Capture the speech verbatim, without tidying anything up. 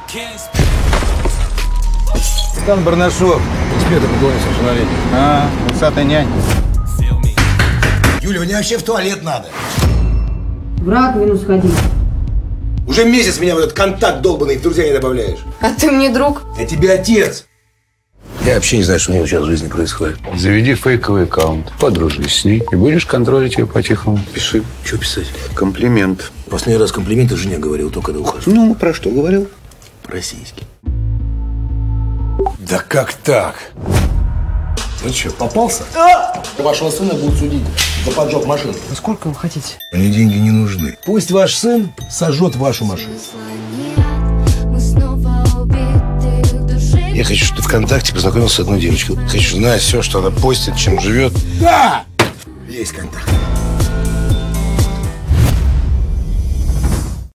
Стан Барнашов, инспектор по делам совершеннолетних. А, усатая нянь. Юля, мне вообще в туалет надо. В раковину сходи. Уже месяц меня в этот контакт долбанный в друзья не добавляешь. А ты мне друг? Я тебе отец. Я вообще не знаю, что у него сейчас в жизни происходит. Заведи фейковый аккаунт, подружись с ней и будешь контролить ее по-тихому. Пиши. Что писать? Комплимент. Последний раз комплименты жене говорил, только когда ухожу. Ну, про что говорил? Российский. Да как так? Ну что, попался? А! Вашего сына будут судить за поджог машины. Ну сколько вы хотите? Мне деньги не нужны. Пусть ваш сын сожжет вашу машину. Я хочу, чтобы ты ВКонтакте познакомился с одной девочкой. Хочу знать все, что она постит, чем живет. Да! Есть контакт.